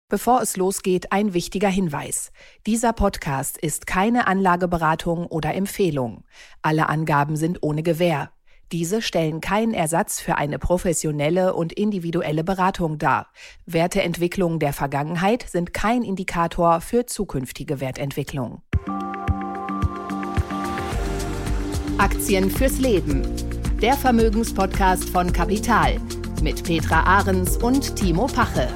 Bevor es losgeht, ein wichtiger Hinweis. Dieser Podcast ist keine Anlageberatung oder Empfehlung. Alle Angaben sind ohne Gewähr. Diese stellen keinen Ersatz für eine professionelle und individuelle Beratung dar. Werteentwicklungen der Vergangenheit sind kein Indikator für zukünftige Wertentwicklung. Aktien fürs Leben. Der Vermögenspodcast von Kapital mit Petra Ahrens und Timo Pache.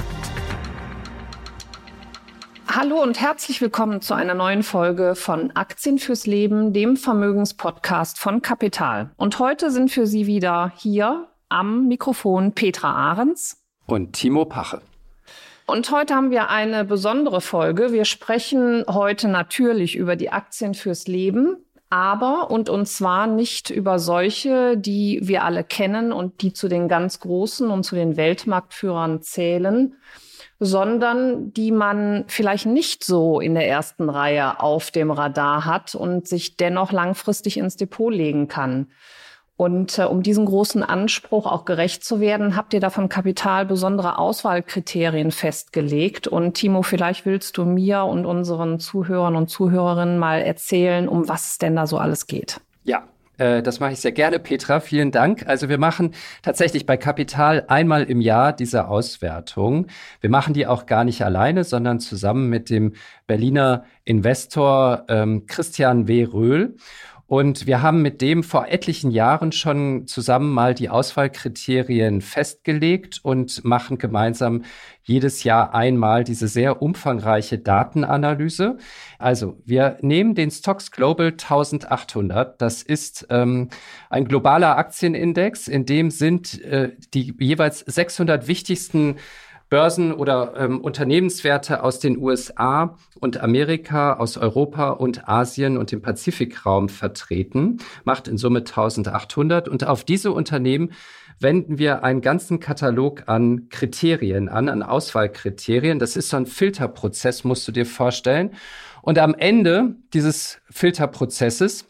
Hallo und herzlich willkommen zu einer neuen Folge von Aktien fürs Leben, dem Vermögenspodcast von Kapital. Und heute sind für Sie wieder hier am Mikrofon Petra Ahrens und Timo Pache. Und heute haben wir eine besondere Folge. Wir sprechen heute natürlich über die Aktien fürs Leben, und zwar nicht über solche, die wir alle kennen und die zu den ganz Großen und zu den Weltmarktführern zählen, sondern die man vielleicht nicht so in der ersten Reihe auf dem Radar hat und sich dennoch langfristig ins Depot legen kann. Und um diesem großen Anspruch auch gerecht zu werden, habt ihr da von Kapital besondere Auswahlkriterien festgelegt. Und Timo, vielleicht willst du mir und unseren Zuhörern und Zuhörerinnen mal erzählen, um was es denn da so alles geht. Ja. Das mache ich sehr gerne, Petra. Vielen Dank. Also wir machen tatsächlich bei Kapital einmal im Jahr diese Auswertung. Wir machen die auch gar nicht alleine, sondern zusammen mit dem Berliner Investor Christian W. Röhl. Und wir haben mit dem vor etlichen Jahren schon zusammen mal die Auswahlkriterien festgelegt und machen gemeinsam jedes Jahr einmal diese sehr umfangreiche Datenanalyse. Also wir nehmen den Stoxx Global 1800. Das ist ein globaler Aktienindex, in dem sind die jeweils 600 wichtigsten Börsen- oder Unternehmenswerte aus den USA und Amerika, aus Europa und Asien und dem Pazifikraum vertreten, macht in Summe 1800. Und auf diese Unternehmen wenden wir einen ganzen Katalog an Kriterien an Auswahlkriterien. Das ist so ein Filterprozess, musst du dir vorstellen. Und am Ende dieses Filterprozesses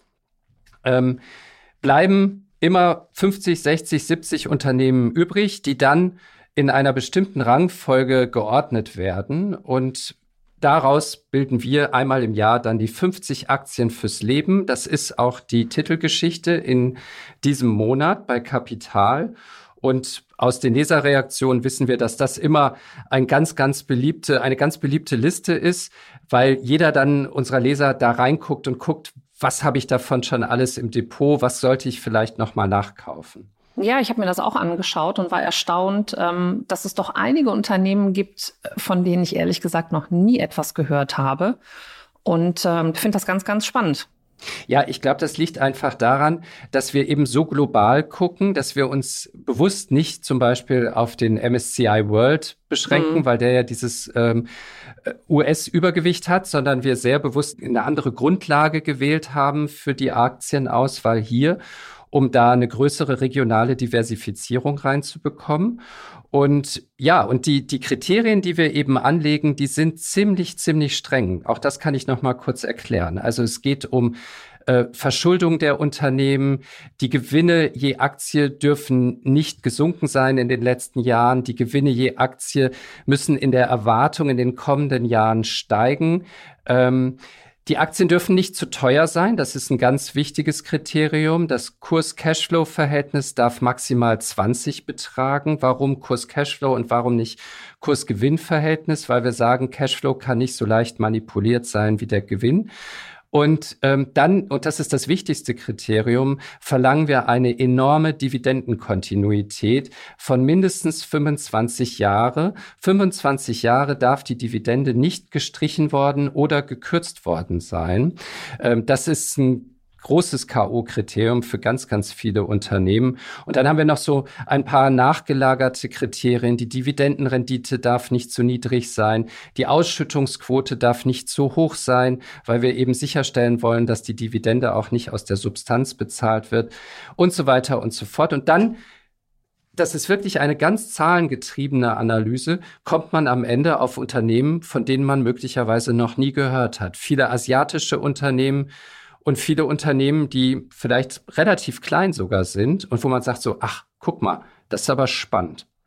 bleiben immer 50, 60, 70 Unternehmen übrig, die dann in einer bestimmten Rangfolge geordnet werden. Und daraus bilden wir einmal im Jahr dann die 50 Aktien fürs Leben. Das ist auch die Titelgeschichte in diesem Monat bei Kapital. Und aus den Leserreaktionen wissen wir, dass das immer eine ganz beliebte Liste ist, weil jeder dann unserer Leser da reinguckt und guckt, was habe ich davon schon alles im Depot, was sollte ich vielleicht noch mal nachkaufen. Ja, ich habe mir das auch angeschaut und war erstaunt, dass es doch einige Unternehmen gibt, von denen ich ehrlich gesagt noch nie etwas gehört habe. Und finde das ganz, ganz spannend. Ja, ich glaube, das liegt einfach daran, dass wir eben so global gucken, dass wir uns bewusst nicht zum Beispiel auf den MSCI World beschränken, weil der ja dieses US-Übergewicht hat, sondern wir sehr bewusst eine andere Grundlage gewählt haben für die Aktienauswahl hier, um da eine größere regionale Diversifizierung reinzubekommen. Und ja, und die Kriterien, die wir eben anlegen, die sind ziemlich streng. Auch das kann ich noch mal kurz erklären. Also es geht um Verschuldung der Unternehmen. Die Gewinne je Aktie dürfen nicht gesunken sein in den letzten Jahren. Die Gewinne je Aktie müssen in der Erwartung in den kommenden Jahren steigen. Die Aktien dürfen nicht zu teuer sein. Das ist ein ganz wichtiges Kriterium. Das Kurs-Cashflow-Verhältnis darf maximal 20 betragen. Warum Kurs-Cashflow und warum nicht Kurs-Gewinn-Verhältnis? Weil wir sagen, Cashflow kann nicht so leicht manipuliert sein wie der Gewinn. Und dann, und das ist das wichtigste Kriterium, verlangen wir eine enorme Dividendenkontinuität von mindestens 25 Jahre. 25 Jahre darf die Dividende nicht gestrichen worden oder gekürzt worden sein. Das ist ein großes K.O.-Kriterium für ganz viele Unternehmen. Und dann haben wir noch so ein paar nachgelagerte Kriterien. Die Dividendenrendite darf nicht zu niedrig sein. Die Ausschüttungsquote darf nicht zu hoch sein, weil wir eben sicherstellen wollen, dass die Dividende auch nicht aus der Substanz bezahlt wird und so weiter und so fort. Und dann, das ist wirklich eine ganz zahlengetriebene Analyse, kommt man am Ende auf Unternehmen, von denen man möglicherweise noch nie gehört hat. Viele asiatische Unternehmen und viele Unternehmen, die vielleicht relativ klein sogar sind und wo man sagt so, ach, guck mal, das ist aber spannend.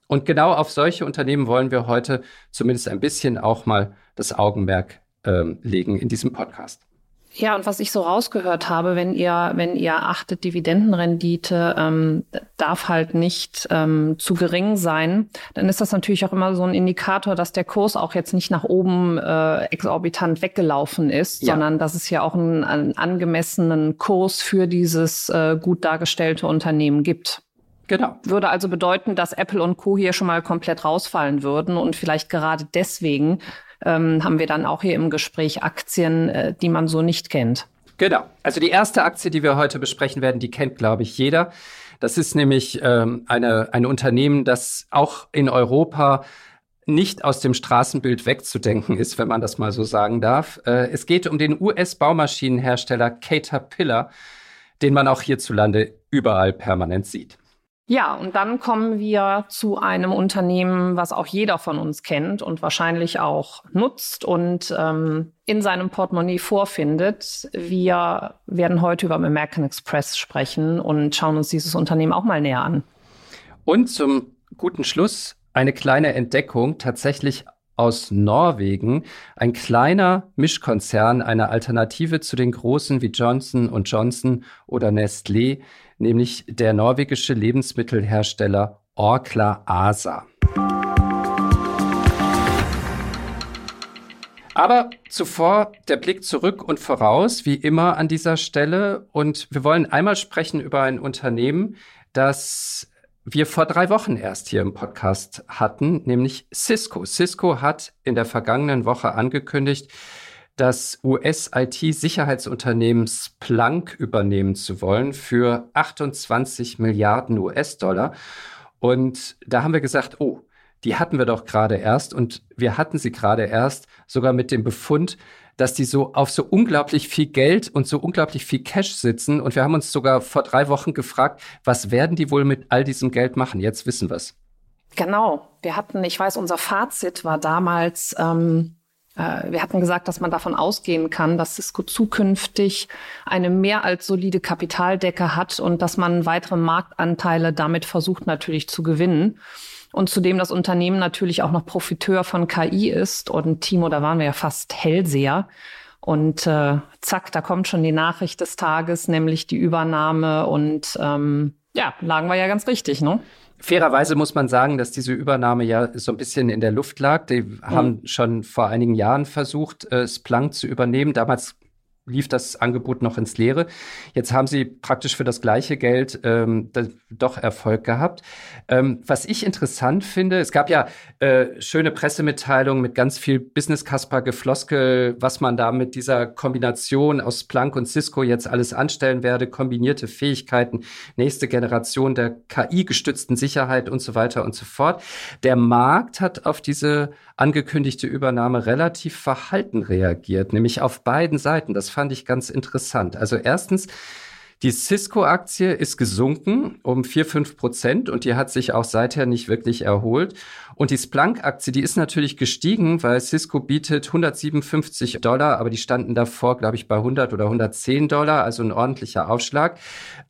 Und genau auf solche Unternehmen wollen wir heute zumindest ein bisschen auch mal das Augenmerk legen in diesem Podcast. Ja, und was ich so rausgehört habe, wenn ihr achtet, Dividendenrendite darf halt nicht zu gering sein, dann ist das natürlich auch immer so ein Indikator, dass der Kurs auch jetzt nicht nach oben exorbitant weggelaufen ist, sondern dass es ja auch einen angemessenen Kurs für dieses gut dargestellte Unternehmen gibt. Genau. Würde also bedeuten, dass Apple und Co. hier schon mal komplett rausfallen würden und vielleicht gerade deswegen haben wir dann auch hier im Gespräch Aktien, die man so nicht kennt. Genau. Also die erste Aktie, die wir heute besprechen werden, die kennt, glaube ich, jeder. Das ist nämlich ein Unternehmen, das auch in Europa nicht aus dem Straßenbild wegzudenken ist, wenn man das mal so sagen darf. Es geht um den US-Baumaschinenhersteller Caterpillar, den man auch hierzulande überall permanent sieht. Ja, und dann kommen wir zu einem Unternehmen, was auch jeder von uns kennt und wahrscheinlich auch nutzt und in seinem Portemonnaie vorfindet. Wir werden heute über American Express sprechen und schauen uns dieses Unternehmen auch mal näher an. Und zum guten Schluss eine kleine Entdeckung, tatsächlich aus Norwegen, ein kleiner Mischkonzern, eine Alternative zu den großen wie Johnson & Johnson oder Nestlé, nämlich der norwegische Lebensmittelhersteller Orkla ASA. Aber zuvor der Blick zurück und voraus, wie immer an dieser Stelle. Und wir wollen einmal sprechen über ein Unternehmen, das wir vor 3 Wochen erst hier im Podcast hatten, nämlich Cisco. Cisco hat in der vergangenen Woche angekündigt, das US-IT-Sicherheitsunternehmen Splunk übernehmen zu wollen für 28 Milliarden US-Dollar. Und da haben wir gesagt, oh, die hatten wir doch gerade erst. Und wir hatten sie gerade erst sogar mit dem Befund, dass die so auf so unglaublich viel Geld und so unglaublich viel Cash sitzen. Und wir haben uns sogar vor 3 Wochen gefragt, was werden die wohl mit all diesem Geld machen? Jetzt wissen wir es. Genau. Ich weiß, unser Fazit war damals, wir hatten gesagt, dass man davon ausgehen kann, dass Cisco zukünftig eine mehr als solide Kapitaldecke hat und dass man weitere Marktanteile damit versucht natürlich zu gewinnen. Und zudem das Unternehmen natürlich auch noch Profiteur von KI ist. Und Timo, da waren wir ja fast Hellseher. Und zack, da kommt schon die Nachricht des Tages, nämlich die Übernahme. Und lagen wir ja ganz richtig, ne? Fairerweise muss man sagen, dass diese Übernahme ja so ein bisschen in der Luft lag. Die haben schon vor einigen Jahren versucht, Splunk zu übernehmen. Damals lief das Angebot noch ins Leere. Jetzt haben sie praktisch für das gleiche Geld doch Erfolg gehabt. Was ich interessant finde, es gab ja schöne Pressemitteilungen mit ganz viel Business-Kasper-Gefloskel, was man da mit dieser Kombination aus Splunk und Cisco jetzt alles anstellen werde, kombinierte Fähigkeiten, nächste Generation der KI-gestützten Sicherheit und so weiter und so fort. Der Markt hat auf diese angekündigte Übernahme relativ verhalten reagiert, nämlich auf beiden Seiten. Das fand ich ganz interessant. Also erstens, die Cisco-Aktie ist gesunken um 4-5% und die hat sich auch seither nicht wirklich erholt. Und die Splunk-Aktie, die ist natürlich gestiegen, weil Cisco bietet $157, aber die standen davor, glaube ich, bei $100 oder $110, also ein ordentlicher Aufschlag.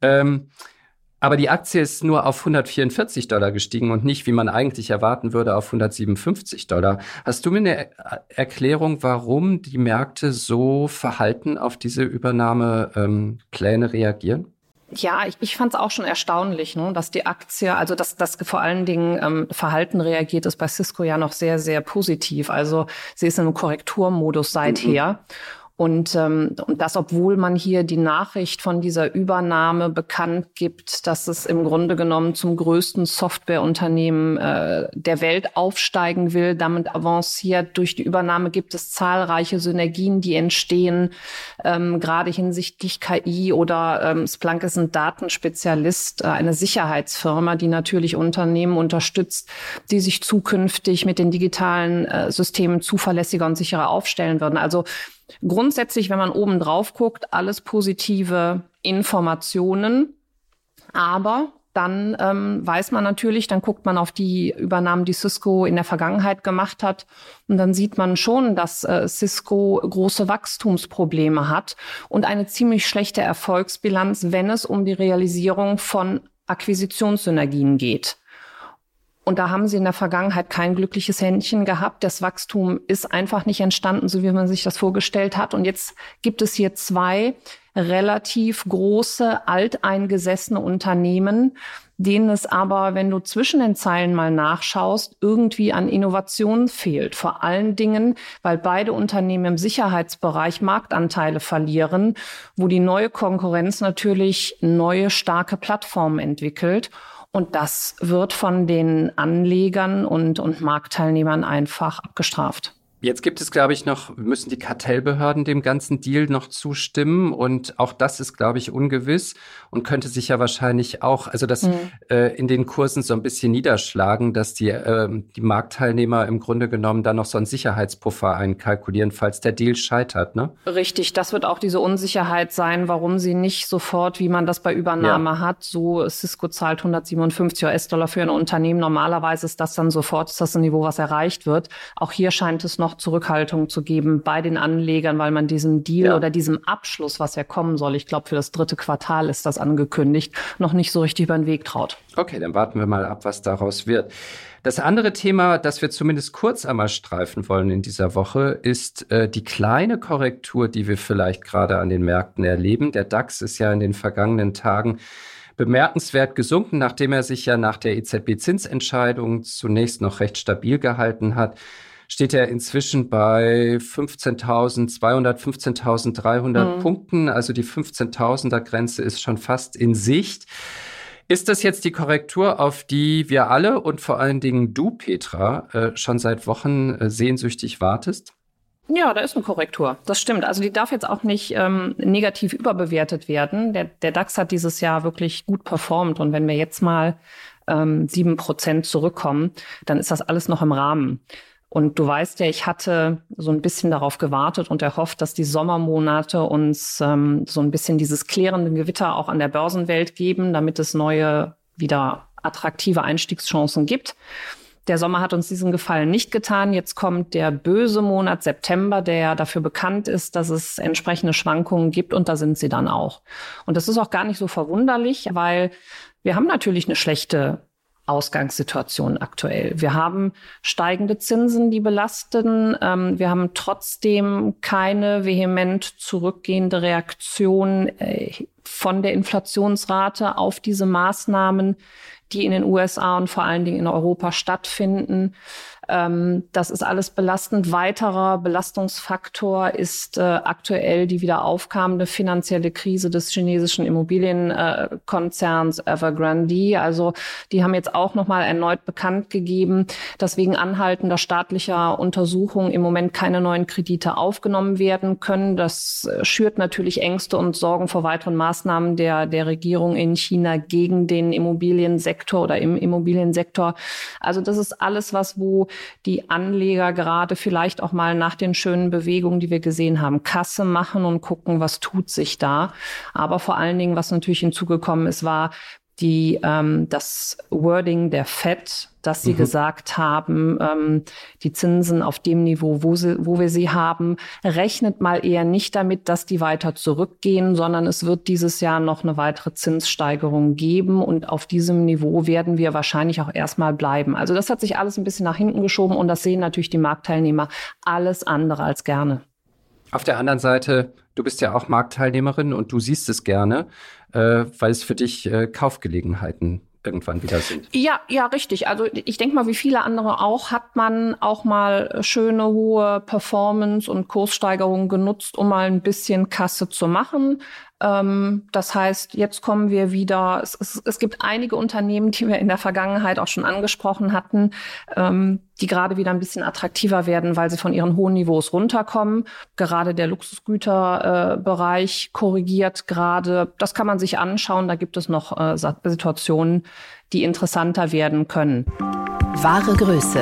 Aber die Aktie ist nur auf $144 gestiegen und nicht, wie man eigentlich erwarten würde, auf $157. Hast du mir eine Erklärung, warum die Märkte so verhalten auf diese Übernahmepläne reagieren? Ja, ich fand es auch schon erstaunlich, ne, dass die Aktie, also dass vor allen Dingen Verhalten reagiert, ist bei Cisco ja noch sehr, sehr positiv. Also sie ist in einem Korrekturmodus seither. Und das, obwohl man hier die Nachricht von dieser Übernahme bekannt gibt, dass es im Grunde genommen zum größten Softwareunternehmen der Welt aufsteigen will, damit avanciert. Durch die Übernahme gibt es zahlreiche Synergien, die entstehen, gerade hinsichtlich KI oder Splunk ist ein Datenspezialist, eine Sicherheitsfirma, die natürlich Unternehmen unterstützt, die sich zukünftig mit den digitalen Systemen zuverlässiger und sicherer aufstellen würden. Also grundsätzlich, wenn man oben drauf guckt, alles positive Informationen. Aber dann weiß man natürlich, dann guckt man auf die Übernahmen, die Cisco in der Vergangenheit gemacht hat. Und dann sieht man schon, dass Cisco große Wachstumsprobleme hat und eine ziemlich schlechte Erfolgsbilanz, wenn es um die Realisierung von Akquisitionssynergien geht. Und da haben sie in der Vergangenheit kein glückliches Händchen gehabt. Das Wachstum ist einfach nicht entstanden, so wie man sich das vorgestellt hat. Und jetzt gibt es hier 2 relativ große, alteingesessene Unternehmen, denen es aber, wenn du zwischen den Zeilen mal nachschaust, irgendwie an Innovation fehlt. Vor allen Dingen, weil beide Unternehmen im Sicherheitsbereich Marktanteile verlieren, wo die neue Konkurrenz natürlich neue, starke Plattformen entwickelt. Und das wird von den Anlegern und Marktteilnehmern einfach abgestraft. Jetzt gibt es, glaube ich, müssen die Kartellbehörden dem ganzen Deal noch zustimmen. Und auch das ist, glaube ich, ungewiss und könnte sich ja wahrscheinlich auch, also das in den Kursen so ein bisschen niederschlagen, dass die Marktteilnehmer im Grunde genommen dann noch so einen Sicherheitspuffer einkalkulieren, falls der Deal scheitert, ne? Richtig, das wird auch diese Unsicherheit sein, warum sie nicht sofort, wie man das bei Übernahme hat, so Cisco zahlt 157 US-Dollar für ein Unternehmen. Normalerweise ist das dann sofort, ist das ein Niveau, was erreicht wird. Auch hier scheint es noch Zurückhaltung zu geben bei den Anlegern, weil man diesem Deal oder diesem Abschluss, was ja kommen soll, ich glaube für das 3. Quartal ist das angekündigt, noch nicht so richtig über den Weg traut. Okay, dann warten wir mal ab, was daraus wird. Das andere Thema, das wir zumindest kurz einmal streifen wollen in dieser Woche, ist die kleine Korrektur, die wir vielleicht gerade an den Märkten erleben. Der DAX ist ja in den vergangenen Tagen bemerkenswert gesunken, nachdem er sich ja nach der EZB-Zinsentscheidung zunächst noch recht stabil gehalten hat. Steht er inzwischen bei 15.200, 15.300 Punkten. Also die 15.000er Grenze ist schon fast in Sicht. Ist das jetzt die Korrektur, auf die wir alle und vor allen Dingen du, Petra, schon seit Wochen sehnsüchtig wartest? Ja, da ist eine Korrektur. Das stimmt. Also die darf jetzt auch nicht negativ überbewertet werden. Der DAX hat dieses Jahr wirklich gut performt. Und wenn wir jetzt mal 7% zurückkommen, dann ist das alles noch im Rahmen. Und du weißt ja, ich hatte so ein bisschen darauf gewartet und erhofft, dass die Sommermonate uns so ein bisschen dieses klärende Gewitter auch an der Börsenwelt geben, damit es neue, wieder attraktive Einstiegschancen gibt. Der Sommer hat uns diesen Gefallen nicht getan. Jetzt kommt der böse Monat September, der dafür bekannt ist, dass es entsprechende Schwankungen gibt, und da sind sie dann auch. Und das ist auch gar nicht so verwunderlich, weil wir haben natürlich eine schlechte Ausgangssituation aktuell. Wir haben steigende Zinsen, die belasten. Wir haben trotzdem keine vehement zurückgehende Reaktion von der Inflationsrate auf diese Maßnahmen, die in den USA und vor allen Dingen in Europa stattfinden. Das ist alles belastend. Weiterer Belastungsfaktor ist aktuell die wieder aufkommende finanzielle Krise des chinesischen Immobilienkonzerns Evergrande. Also die haben jetzt auch nochmal erneut bekannt gegeben, dass wegen anhaltender staatlicher Untersuchungen im Moment keine neuen Kredite aufgenommen werden können. Das schürt natürlich Ängste und Sorgen vor weiteren Maßnahmen der Regierung in China gegen den Immobiliensektor oder im Immobiliensektor. Also das ist alles wo die Anleger gerade vielleicht auch mal nach den schönen Bewegungen, die wir gesehen haben, Kasse machen und gucken, was tut sich da. Aber vor allen Dingen, was natürlich hinzugekommen ist, war das Wording der Fed, dass sie gesagt haben, die Zinsen auf dem Niveau, wo wir sie haben, rechnet mal eher nicht damit, dass die weiter zurückgehen, sondern es wird dieses Jahr noch eine weitere Zinssteigerung geben, und auf diesem Niveau werden wir wahrscheinlich auch erstmal bleiben. Also das hat sich alles ein bisschen nach hinten geschoben, und das sehen natürlich die Marktteilnehmer alles andere als gerne. Auf der anderen Seite, du bist ja auch Marktteilnehmerin und du siehst es gerne, weil es für dich Kaufgelegenheiten irgendwann wieder sind. Ja, richtig. Also ich denke mal, wie viele andere auch, hat man auch mal schöne, hohe Performance- und Kurssteigerungen genutzt, um mal ein bisschen Kasse zu machen. Das heißt, jetzt kommen wir wieder, es gibt einige Unternehmen, die wir in der Vergangenheit auch schon angesprochen hatten, die gerade wieder ein bisschen attraktiver werden, weil sie von ihren hohen Niveaus runterkommen. Gerade der Luxusgüterbereich korrigiert gerade. Das kann man sich anschauen. Da gibt es noch Situationen, die interessanter werden können. Wahre Größe.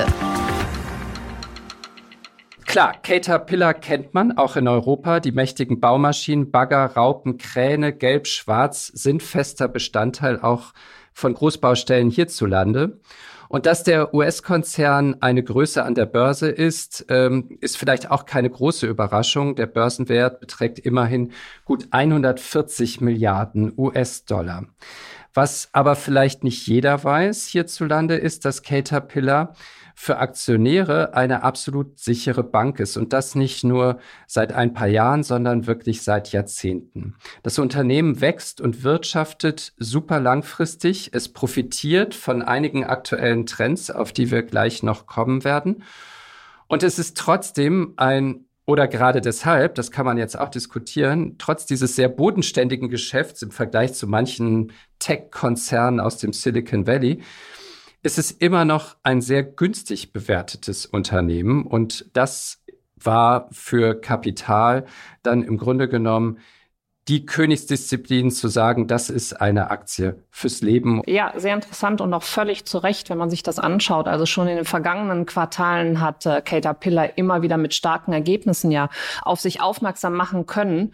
Klar, Caterpillar kennt man, auch in Europa. Die mächtigen Baumaschinen, Bagger, Raupen, Kräne, Gelb-Schwarz sind fester Bestandteil auch von Großbaustellen hierzulande. Und dass der US-Konzern eine Größe an der Börse ist vielleicht auch keine große Überraschung. Der Börsenwert beträgt immerhin gut 140 Milliarden US-Dollar. Was aber vielleicht nicht jeder weiß hierzulande ist, dass Caterpillar für Aktionäre eine absolut sichere Bank ist. Und das nicht nur seit ein paar Jahren, sondern wirklich seit Jahrzehnten. Das Unternehmen wächst und wirtschaftet super langfristig. Es profitiert von einigen aktuellen Trends, auf die wir gleich noch kommen werden. Und es ist trotzdem oder gerade deshalb, das kann man jetzt auch diskutieren, trotz dieses sehr bodenständigen Geschäfts im Vergleich zu manchen Tech-Konzernen aus dem Silicon Valley, ist es immer noch ein sehr günstig bewertetes Unternehmen. Und das war für Kapital dann im Grunde genommen die Königsdisziplin zu sagen, das ist eine Aktie fürs Leben. Ja, sehr interessant und auch völlig zu Recht, wenn man sich das anschaut. Also schon in den vergangenen Quartalen hat Caterpillar immer wieder mit starken Ergebnissen ja auf sich aufmerksam machen können.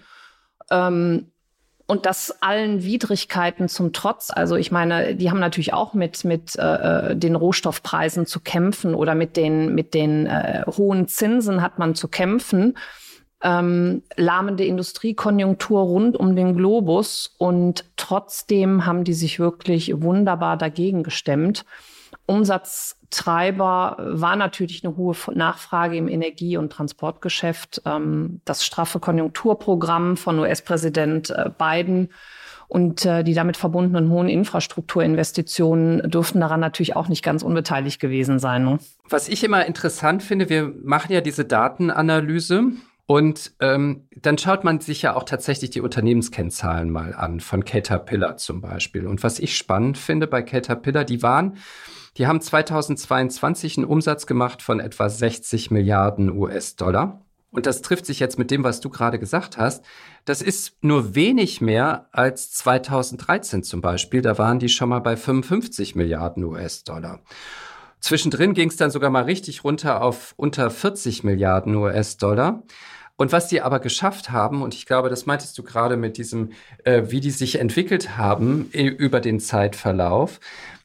Und das allen Widrigkeiten zum Trotz. Also ich meine, die haben natürlich auch mit den Rohstoffpreisen zu kämpfen oder mit den hohen Zinsen hat man zu kämpfen. Lahmende Industriekonjunktur rund um den Globus. Und trotzdem haben die sich wirklich wunderbar dagegen gestemmt. Umsatztreiber war natürlich eine hohe Nachfrage im Energie- und Transportgeschäft, das straffe Konjunkturprogramm von US-Präsident Biden und die damit verbundenen hohen Infrastrukturinvestitionen dürften daran natürlich auch nicht ganz unbeteiligt gewesen sein. Ne? Was ich immer interessant finde, wir machen ja diese Datenanalyse. Und dann schaut man sich ja auch tatsächlich die Unternehmenskennzahlen mal an, von Caterpillar zum Beispiel. Und was ich spannend finde bei Caterpillar, die haben 2022 einen Umsatz gemacht von etwa 60 Milliarden US-Dollar. Und das trifft sich jetzt mit dem, was du gerade gesagt hast. Das ist nur wenig mehr als 2013 zum Beispiel. Da waren die schon mal bei 55 Milliarden US-Dollar. Zwischendrin ging es dann sogar mal richtig runter auf unter 40 Milliarden US-Dollar. Und was die aber geschafft haben, und ich glaube, das meintest du gerade mit diesem, wie die sich entwickelt haben über den Zeitverlauf.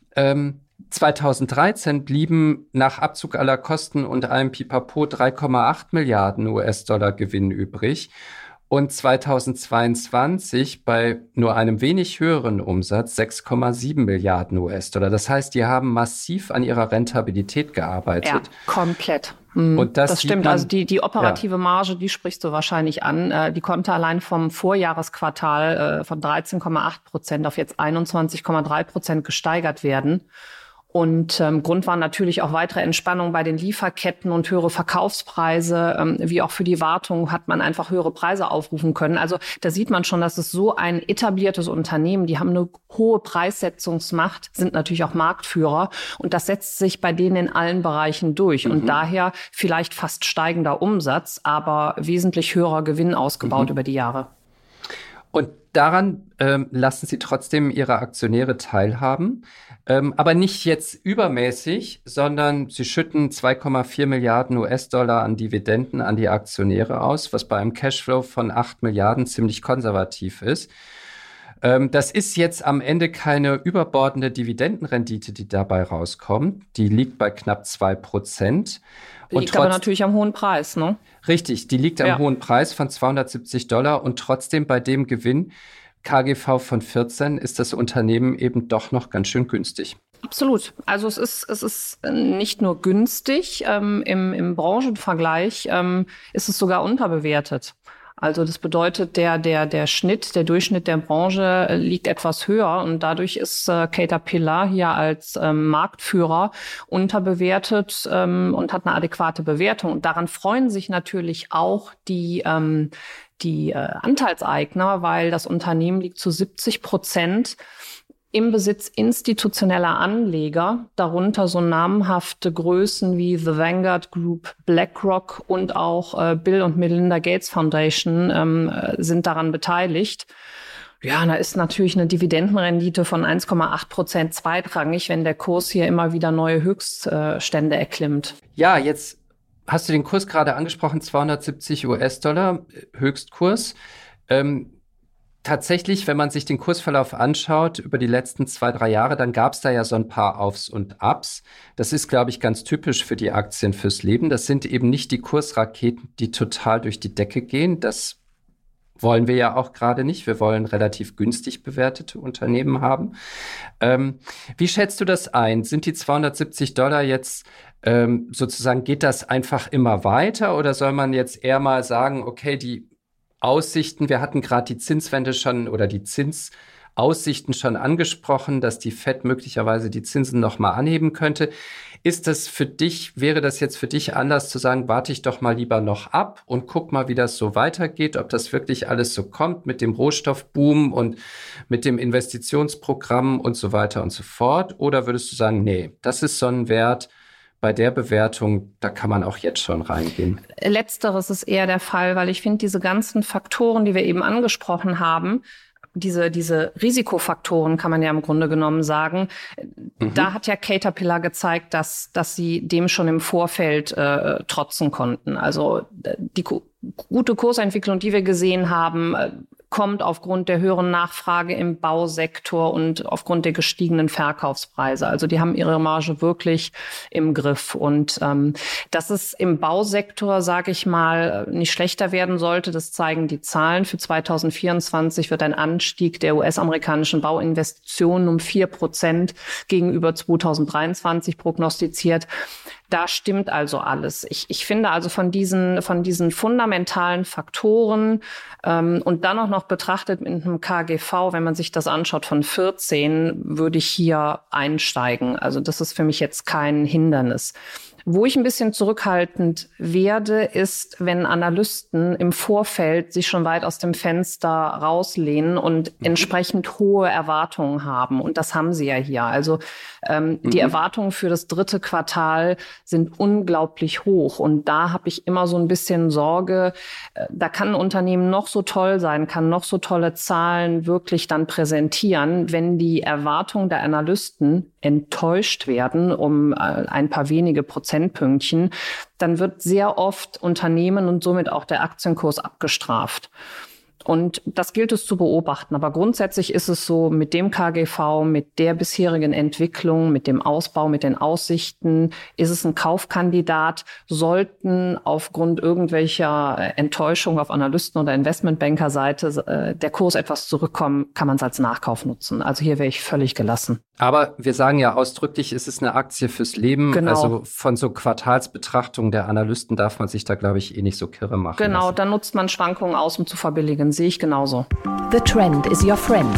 2013 blieben nach Abzug aller Kosten und einem Pipapo 3,8 Milliarden US-Dollar Gewinn übrig. Und 2022 bei nur einem wenig höheren Umsatz 6,7 Milliarden US-Dollar. Das heißt, die haben massiv an ihrer Rentabilität gearbeitet. Ja, komplett. Und das stimmt. Also die operative Marge, die sprichst du wahrscheinlich an. Die konnte allein vom Vorjahresquartal von 13,8% auf jetzt 21,3% gesteigert werden. Und Grund war natürlich auch weitere Entspannung bei den Lieferketten und höhere Verkaufspreise. Wie auch für die Wartung hat man einfach höhere Preise aufrufen können. Also da sieht man schon, dass es so ein etabliertes Unternehmen, die haben eine hohe Preissetzungsmacht, sind natürlich auch Marktführer. Und das setzt sich bei denen in allen Bereichen durch. Und daher vielleicht fast steigender Umsatz, aber wesentlich höherer Gewinn ausgebaut über die Jahre. Und daran lassen sie trotzdem ihre Aktionäre teilhaben. Aber nicht jetzt übermäßig, sondern sie schütten 2,4 Milliarden US-Dollar an Dividenden an die Aktionäre aus, was bei einem Cashflow von 8 Milliarden ziemlich konservativ ist. Das ist jetzt am Ende keine überbordende Dividendenrendite, die dabei rauskommt. Die liegt bei knapp 2%. Liegt aber natürlich am hohen Preis, ne? Richtig, die liegt am hohen Preis von $270 und trotzdem bei dem Gewinn KGV von 14 ist das Unternehmen eben doch noch ganz schön günstig. Absolut. Also es ist nicht nur günstig, im Branchenvergleich ist es sogar unterbewertet. Also das bedeutet, der Durchschnitt der Branche liegt etwas höher und dadurch ist Caterpillar hier als Marktführer unterbewertet und hat eine adäquate Bewertung. Und daran freuen sich natürlich auch die Anteilseigner, weil das Unternehmen liegt zu 70% im Besitz institutioneller Anleger, darunter so namhafte Größen wie The Vanguard Group, BlackRock und auch Bill und Melinda Gates Foundation sind daran beteiligt. Ja, da ist natürlich eine Dividendenrendite von 1,8% zweitrangig, wenn der Kurs hier immer wieder neue Höchststände erklimmt. Ja, jetzt hast du den Kurs gerade angesprochen, 270 US-Dollar Höchstkurs. Tatsächlich, wenn man sich den Kursverlauf anschaut über die letzten 2-3 Jahre, dann gab es da ja so ein paar Aufs und Abs. Das ist, glaube ich, ganz typisch für die Aktien fürs Leben. Das sind eben nicht die Kursraketen, die total durch die Decke gehen. Das wollen wir ja auch gerade nicht. Wir wollen relativ günstig bewertete Unternehmen haben. Wie schätzt du das ein? Sind die $270 jetzt sozusagen, geht das einfach immer weiter oder soll man jetzt eher mal sagen, okay, die Aussichten, wir hatten gerade die Zinswende schon oder die Zinsaussichten schon angesprochen, dass die Fed möglicherweise die Zinsen noch mal anheben könnte. Wäre das jetzt für dich anders zu sagen, warte ich doch mal lieber noch ab und guck mal, wie das so weitergeht, ob das wirklich alles so kommt mit dem Rohstoffboom und mit dem Investitionsprogramm und so weiter und so fort? Oder würdest du sagen, nee, das ist so ein Wert, bei der Bewertung, da kann man auch jetzt schon reingehen? Letzteres ist eher der Fall, weil ich finde, diese ganzen Faktoren, die wir eben angesprochen haben, diese Risikofaktoren kann man ja im Grunde genommen sagen. Da hat ja Caterpillar gezeigt, dass sie dem schon im Vorfeld trotzen konnten. Also die gute Kursentwicklung, die wir gesehen haben, kommt aufgrund der höheren Nachfrage im Bausektor und aufgrund der gestiegenen Verkaufspreise. Also die haben ihre Marge wirklich im Griff. Und dass es im Bausektor, sage ich mal, nicht schlechter werden sollte, das zeigen die Zahlen. Für 2024 wird ein Anstieg der US-amerikanischen Bauinvestitionen um 4% gegenüber 2023 prognostiziert. Da stimmt also alles. Ich finde also von diesen fundamentalen Faktoren und dann auch noch betrachtet mit einem KGV, wenn man sich das anschaut, von 14, würde ich hier einsteigen. Also das ist für mich jetzt kein Hindernis. Wo ich ein bisschen zurückhaltend werde, ist, wenn Analysten im Vorfeld sich schon weit aus dem Fenster rauslehnen und entsprechend hohe Erwartungen haben. Und das haben sie ja hier. Also die Erwartungen für das dritte Quartal sind unglaublich hoch. Und da habe ich immer so ein bisschen Sorge, da kann ein Unternehmen noch so toll sein, kann noch so tolle Zahlen wirklich dann präsentieren. Wenn die Erwartungen der Analysten enttäuscht werden um ein paar wenige Prozentpünktchen, dann wird sehr oft Unternehmen und somit auch der Aktienkurs abgestraft. Und das gilt es zu beobachten. Aber grundsätzlich ist es so, mit dem KGV, mit der bisherigen Entwicklung, mit dem Ausbau, mit den Aussichten, ist es ein Kaufkandidat. Sollten aufgrund irgendwelcher Enttäuschung auf Analysten- oder Investmentbanker-Seite der Kurs etwas zurückkommen, kann man es als Nachkauf nutzen. Also hier wäre ich völlig gelassen. Aber wir sagen ja ausdrücklich, es ist eine Aktie fürs Leben. Genau. Also von so Quartalsbetrachtungen der Analysten darf man sich da, glaube ich, nicht so kirre machen. Genau, dann nutzt man Schwankungen aus, um zu verbilligen. Sehe ich genauso. The trend is your friend.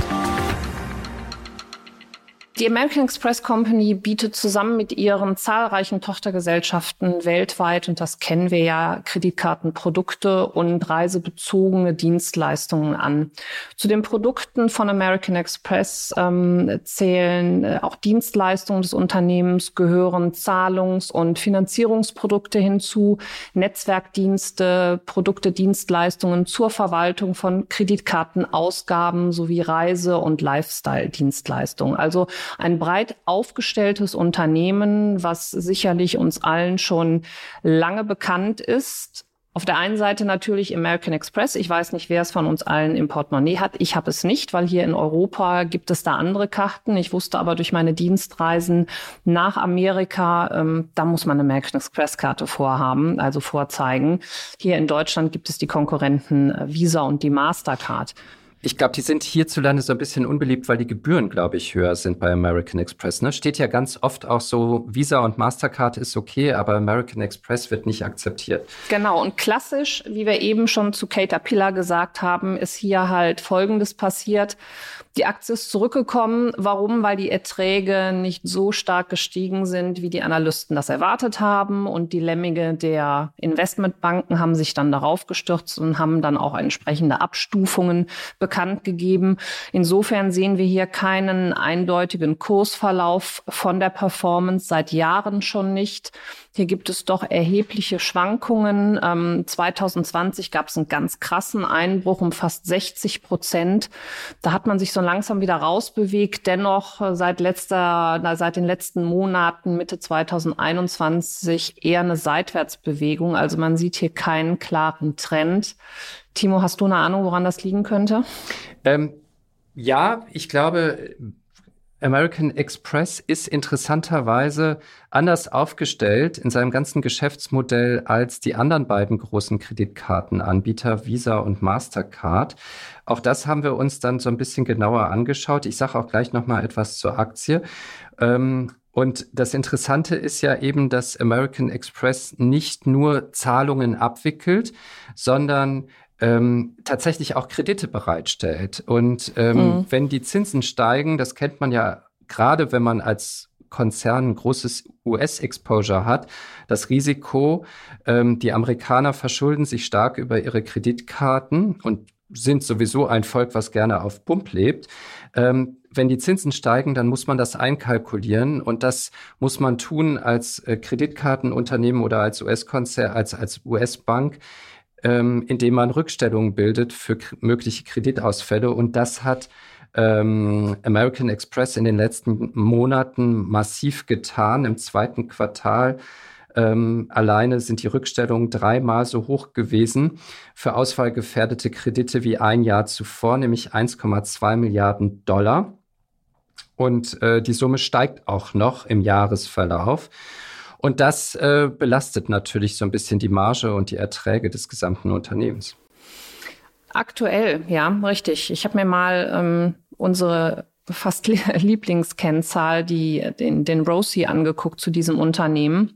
Die American Express Company bietet zusammen mit ihren zahlreichen Tochtergesellschaften weltweit, und das kennen wir ja, Kreditkartenprodukte und reisebezogene Dienstleistungen an. Zu den Produkten von American Express zählen auch Dienstleistungen des Unternehmens, gehören Zahlungs- und Finanzierungsprodukte hinzu, Netzwerkdienste, Produkte, Dienstleistungen zur Verwaltung von Kreditkartenausgaben sowie Reise- und Lifestyle-Dienstleistungen. Also ein breit aufgestelltes Unternehmen, was sicherlich uns allen schon lange bekannt ist. Auf der einen Seite natürlich American Express. Ich weiß nicht, wer es von uns allen im Portemonnaie hat. Ich habe es nicht, weil hier in Europa gibt es da andere Karten. Ich wusste aber durch meine Dienstreisen nach Amerika, da muss man eine American Express-Karte vorhaben, also vorzeigen. Hier in Deutschland gibt es die Konkurrenten Visa und die Mastercard. Ich glaube, die sind hierzulande so ein bisschen unbeliebt, weil die Gebühren, glaube ich, höher sind bei American Express. Ne? Steht ja ganz oft auch so, Visa und Mastercard ist okay, aber American Express wird nicht akzeptiert. Genau, und klassisch, wie wir eben schon zu Caterpillar gesagt haben, ist hier halt Folgendes passiert. Die Aktie ist zurückgekommen. Warum? Weil die Erträge nicht so stark gestiegen sind, wie die Analysten das erwartet haben. Und die Lemminge der Investmentbanken haben sich dann darauf gestürzt und haben dann auch entsprechende Abstufungen bekannt gegeben. Insofern sehen wir hier keinen eindeutigen Kursverlauf von der Performance, seit Jahren schon nicht. Hier gibt es doch erhebliche Schwankungen. 2020 gab es einen ganz krassen Einbruch um fast 60%. Da hat man sich so langsam wieder rausbewegt. Dennoch seit den letzten Monaten, Mitte 2021, eher eine Seitwärtsbewegung. Also man sieht hier keinen klaren Trend. Timo, hast du eine Ahnung, woran das liegen könnte? Ja, ich glaube, American Express ist interessanterweise anders aufgestellt in seinem ganzen Geschäftsmodell als die anderen beiden großen Kreditkartenanbieter, Visa und Mastercard. Auch das haben wir uns dann so ein bisschen genauer angeschaut. Ich sage auch gleich noch mal etwas zur Aktie. Und das Interessante ist ja eben, dass American Express nicht nur Zahlungen abwickelt, sondern tatsächlich auch Kredite bereitstellt. Und wenn die Zinsen steigen, das kennt man ja gerade, wenn man als Konzern ein großes US-Exposure hat, das Risiko, die Amerikaner verschulden sich stark über ihre Kreditkarten und sind sowieso ein Volk, was gerne auf Pump lebt. Wenn die Zinsen steigen, dann muss man das einkalkulieren und das muss man tun als Kreditkartenunternehmen oder als US-Konzern, als US-Bank, indem man Rückstellungen bildet für mögliche Kreditausfälle. Und das hat American Express in den letzten Monaten massiv getan. Im zweiten Quartal alleine sind die Rückstellungen 3-mal so hoch gewesen für ausfallgefährdete Kredite wie ein Jahr zuvor, nämlich 1,2 Milliarden $. Und die Summe steigt auch noch im Jahresverlauf. Und das belastet natürlich so ein bisschen die Marge und die Erträge des gesamten Unternehmens. Aktuell, ja, richtig. Ich habe mir mal unsere fast Lieblingskennzahl, den ROCE angeguckt zu diesem Unternehmen.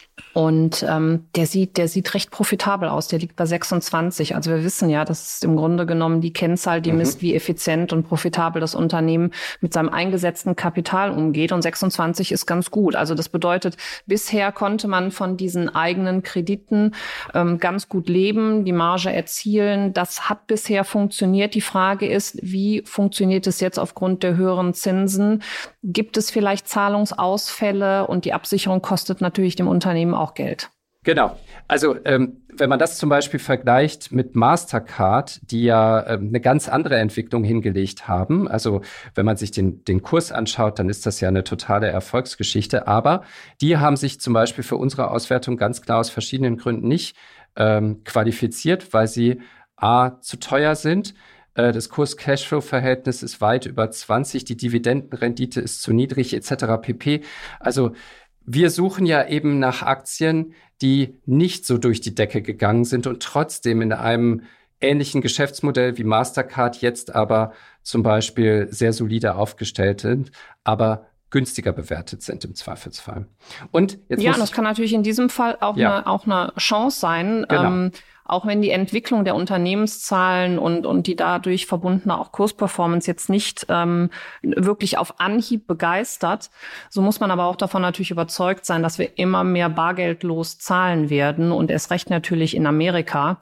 Und der sieht recht profitabel aus. Der liegt bei 26. Also wir wissen ja, das ist im Grunde genommen die Kennzahl, die misst, wie effizient und profitabel das Unternehmen mit seinem eingesetzten Kapital umgeht. Und 26 ist ganz gut. Also das bedeutet, bisher konnte man von diesen eigenen Krediten ganz gut leben, die Marge erzielen. Das hat bisher funktioniert. Die Frage ist, wie funktioniert es jetzt aufgrund der höheren Zinsen? Gibt es vielleicht Zahlungsausfälle? Und die Absicherung kostet natürlich dem Unternehmen auch Geld. Genau. Also wenn man das zum Beispiel vergleicht mit Mastercard, die ja eine ganz andere Entwicklung hingelegt haben. Also wenn man sich den Kurs anschaut, dann ist das ja eine totale Erfolgsgeschichte. Aber die haben sich zum Beispiel für unsere Auswertung ganz klar aus verschiedenen Gründen nicht qualifiziert, weil sie A, zu teuer sind. Das Kurs-Cashflow-Verhältnis ist weit über 20, die Dividendenrendite ist zu niedrig etc. pp. Also wir suchen ja eben nach Aktien, die nicht so durch die Decke gegangen sind und trotzdem in einem ähnlichen Geschäftsmodell wie Mastercard jetzt aber zum Beispiel sehr solide aufgestellt sind, aber günstiger bewertet sind im Zweifelsfall. Und jetzt das kann natürlich in diesem Fall auch eine Chance sein. Genau. Auch wenn die Entwicklung der Unternehmenszahlen und die dadurch verbundene auch Kursperformance jetzt nicht wirklich auf Anhieb begeistert, so muss man aber auch davon natürlich überzeugt sein, dass wir immer mehr bargeldlos zahlen werden und erst recht natürlich in Amerika.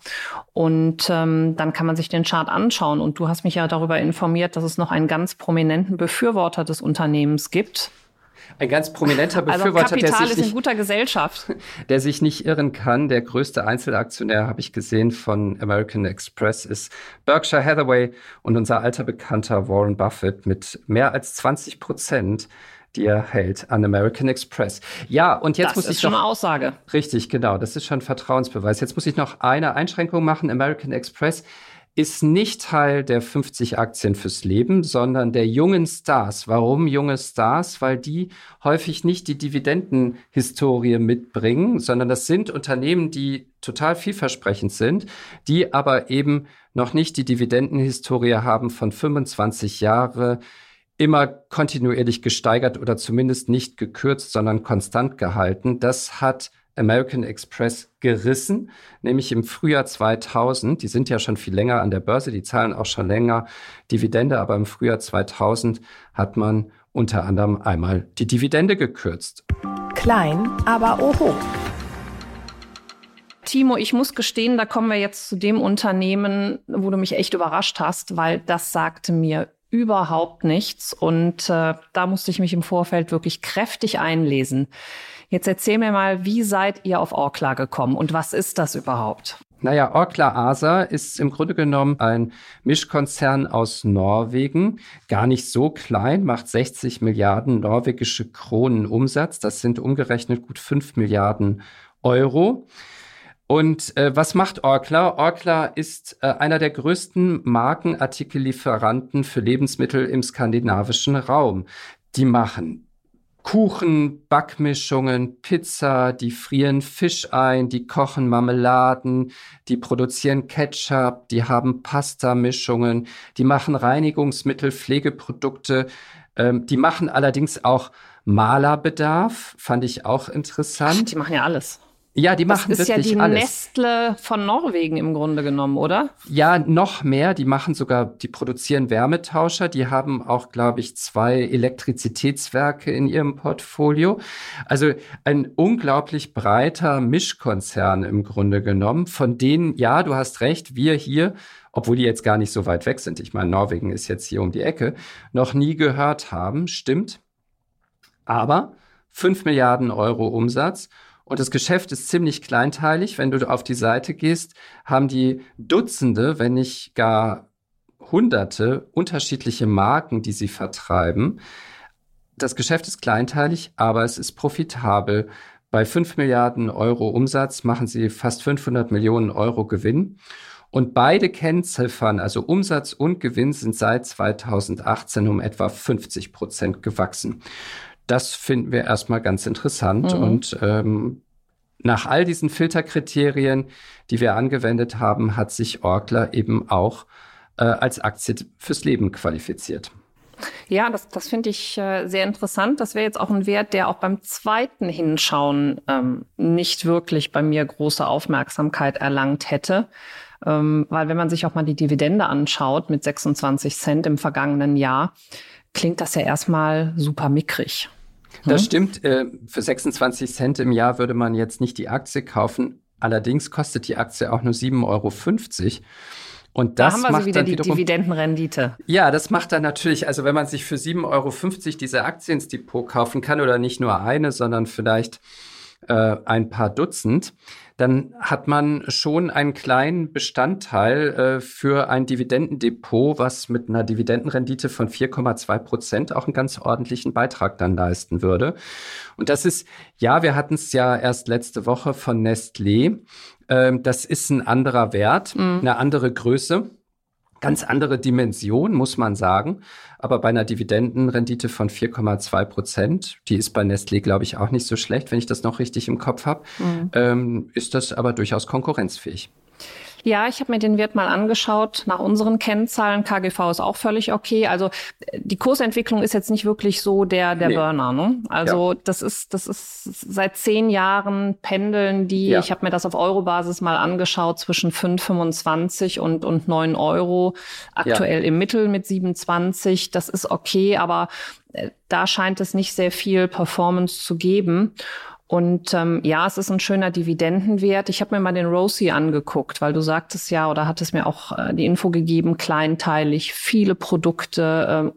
Und dann kann man sich den Chart anschauen. Und du hast mich ja darüber informiert, dass es noch einen ganz prominenten Befürworter des Unternehmens gibt. Ein ganz prominenter Befürworter, also Kapital ist in guter Gesellschaft. Der sich nicht irren kann. Der größte Einzelaktionär, habe ich gesehen, von American Express ist Berkshire Hathaway und unser alter Bekannter Warren Buffett mit mehr als 20%, die er hält an American Express. Ja, und jetzt muss ich noch... Das ist schon eine Aussage. Richtig, genau. Das ist schon Vertrauensbeweis. Jetzt muss ich noch eine Einschränkung machen. American Express ist nicht Teil der 50 Aktien fürs Leben, sondern der jungen Stars. Warum junge Stars? Weil die häufig nicht die Dividendenhistorie mitbringen, sondern das sind Unternehmen, die total vielversprechend sind, die aber eben noch nicht die Dividendenhistorie haben von 25 Jahren, immer kontinuierlich gesteigert oder zumindest nicht gekürzt, sondern konstant gehalten. Das hat American Express gerissen, nämlich im Frühjahr 2000. Die sind ja schon viel länger an der Börse, die zahlen auch schon länger Dividende, aber im Frühjahr 2000 hat man unter anderem einmal die Dividende gekürzt. Klein, aber oho. Timo, ich muss gestehen, da kommen wir jetzt zu dem Unternehmen, wo du mich echt überrascht hast, weil das sagte mir überhaupt nichts. Und da musste ich mich im Vorfeld wirklich kräftig einlesen. Jetzt erzähl mir mal, wie seid ihr auf Orkla gekommen und was ist das überhaupt? Naja, Orkla ASA ist im Grunde genommen ein Mischkonzern aus Norwegen. Gar nicht so klein, macht 60 Milliarden norwegische Kronen Umsatz. Das sind umgerechnet gut 5 Milliarden Euro. Und was macht Orkla? Orkla ist einer der größten Markenartikellieferanten für Lebensmittel im skandinavischen Raum. Die machen Kuchen, Backmischungen, Pizza, die frieren Fisch ein, die kochen Marmeladen, die produzieren Ketchup, die haben Pastamischungen, die machen Reinigungsmittel, Pflegeprodukte, die machen allerdings auch Malerbedarf, fand ich auch interessant. Ach, die machen ja alles. Ja, die machen wirklich alles. Das ist ja die Nestle von Norwegen im Grunde genommen, oder? Ja, noch mehr. Die produzieren Wärmetauscher. Die haben auch, glaube ich, 2 Elektrizitätswerke in ihrem Portfolio. Also ein unglaublich breiter Mischkonzern im Grunde genommen, von denen, ja, du hast recht, wir hier, obwohl die jetzt gar nicht so weit weg sind, ich meine, Norwegen ist jetzt hier um die Ecke, noch nie gehört haben, stimmt. Aber 5 Milliarden Euro Umsatz. Und das Geschäft ist ziemlich kleinteilig. Wenn du auf die Seite gehst, haben die Dutzende, wenn nicht gar Hunderte unterschiedliche Marken, die sie vertreiben. Das Geschäft ist kleinteilig, aber es ist profitabel. Bei 5 Milliarden Euro Umsatz machen sie fast 500 Millionen Euro Gewinn. Und beide Kennziffern, also Umsatz und Gewinn, sind seit 2018 um etwa 50% gewachsen. Das finden wir erstmal ganz interessant. Und nach all diesen Filterkriterien, die wir angewendet haben, hat sich Orkla eben auch als Aktie fürs Leben qualifiziert. Ja, das finde ich sehr interessant. Das wäre jetzt auch ein Wert, der auch beim zweiten Hinschauen nicht wirklich bei mir große Aufmerksamkeit erlangt hätte. Weil wenn man sich auch mal die Dividende anschaut mit 26 Cent im vergangenen Jahr, klingt das ja erstmal super mickrig. Das stimmt. Für 26 Cent im Jahr würde man jetzt nicht die Aktie kaufen. Allerdings kostet die Aktie auch nur 7,50 €. Und das da haben wir macht wieder dann die wiederum Dividendenrendite. Ja, das macht dann natürlich, also wenn man sich für 7,50 € diese Aktie ins Depot kaufen kann oder nicht nur eine, sondern vielleicht ein paar Dutzend, dann hat man schon einen kleinen Bestandteil für ein Dividendendepot, was mit einer Dividendenrendite von 4,2% auch einen ganz ordentlichen Beitrag dann leisten würde. Und das ist, ja, wir hatten es ja erst letzte Woche von Nestlé. Das ist ein anderer Wert, eine andere Größe. Ganz andere Dimension, muss man sagen. Aber bei einer Dividendenrendite von 4,2%, die ist bei Nestlé, glaube ich, auch nicht so schlecht, wenn ich das noch richtig im Kopf habe, ist das aber durchaus konkurrenzfähig. Ja, ich habe mir den Wert mal angeschaut nach unseren Kennzahlen. KGV ist auch völlig okay. Also die Kursentwicklung ist jetzt nicht wirklich so der Burner. Ne? Also ja. Das ist seit 10 Jahren pendeln die, ich habe mir das auf Eurobasis mal angeschaut, zwischen 5,25 und 9 €. Aktuell im Mittel mit 27. Das ist okay, aber da scheint es nicht sehr viel Performance zu geben. Und es ist ein schöner Dividendenwert. Ich habe mir mal den ROCE angeguckt, weil du sagtest ja oder hattest mir auch die Info gegeben, kleinteilig, viele Produkte,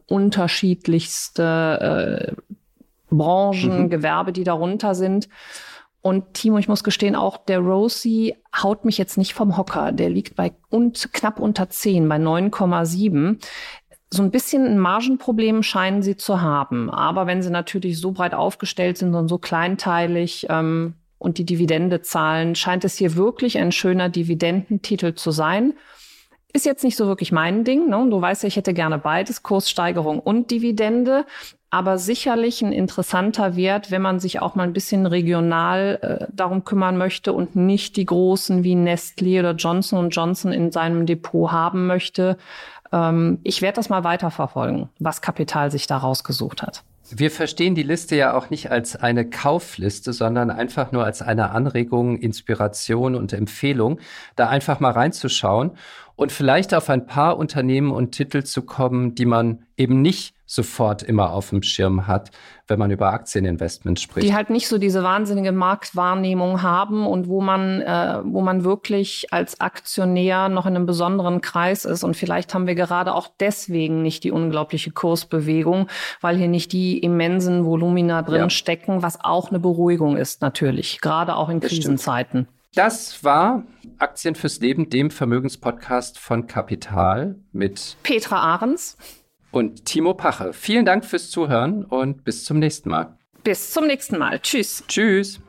unterschiedlichste Branchen, Gewerbe, die darunter sind. Und Timo, ich muss gestehen, auch der ROCE haut mich jetzt nicht vom Hocker. Der liegt bei knapp unter 10, bei 9,7. So ein bisschen ein Margenproblem scheinen sie zu haben. Aber wenn sie natürlich so breit aufgestellt sind und so kleinteilig und die Dividende zahlen, scheint es hier wirklich ein schöner Dividendentitel zu sein. Ist jetzt nicht so wirklich mein Ding. Ne? Du weißt ja, ich hätte gerne beides, Kurssteigerung und Dividende. Aber sicherlich ein interessanter Wert, wenn man sich auch mal ein bisschen regional darum kümmern möchte und nicht die großen wie Nestlé oder Johnson & Johnson in seinem Depot haben möchte. Ich werde das mal weiterverfolgen, was Kapital sich da rausgesucht hat. Wir verstehen die Liste ja auch nicht als eine Kaufliste, sondern einfach nur als eine Anregung, Inspiration und Empfehlung, da einfach mal reinzuschauen und vielleicht auf ein paar Unternehmen und Titel zu kommen, die man eben nicht sofort immer auf dem Schirm hat, wenn man über Aktieninvestments spricht. Die halt nicht so diese wahnsinnige Marktwahrnehmung haben und wo man wirklich als Aktionär noch in einem besonderen Kreis ist. Und vielleicht haben wir gerade auch deswegen nicht die unglaubliche Kursbewegung, weil hier nicht die immensen Volumina drin stecken, was auch eine Beruhigung ist natürlich, gerade auch in Krisenzeiten. Das war Aktien fürs Leben, dem Vermögenspodcast von Kapital mit Petra Ahrens und Timo Pache. Vielen Dank fürs Zuhören und bis zum nächsten Mal. Bis zum nächsten Mal. Tschüss. Tschüss.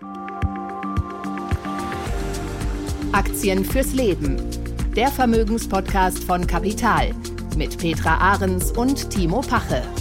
Aktien fürs Leben. Der Vermögenspodcast von Kapital mit Petra Ahrens und Timo Pache.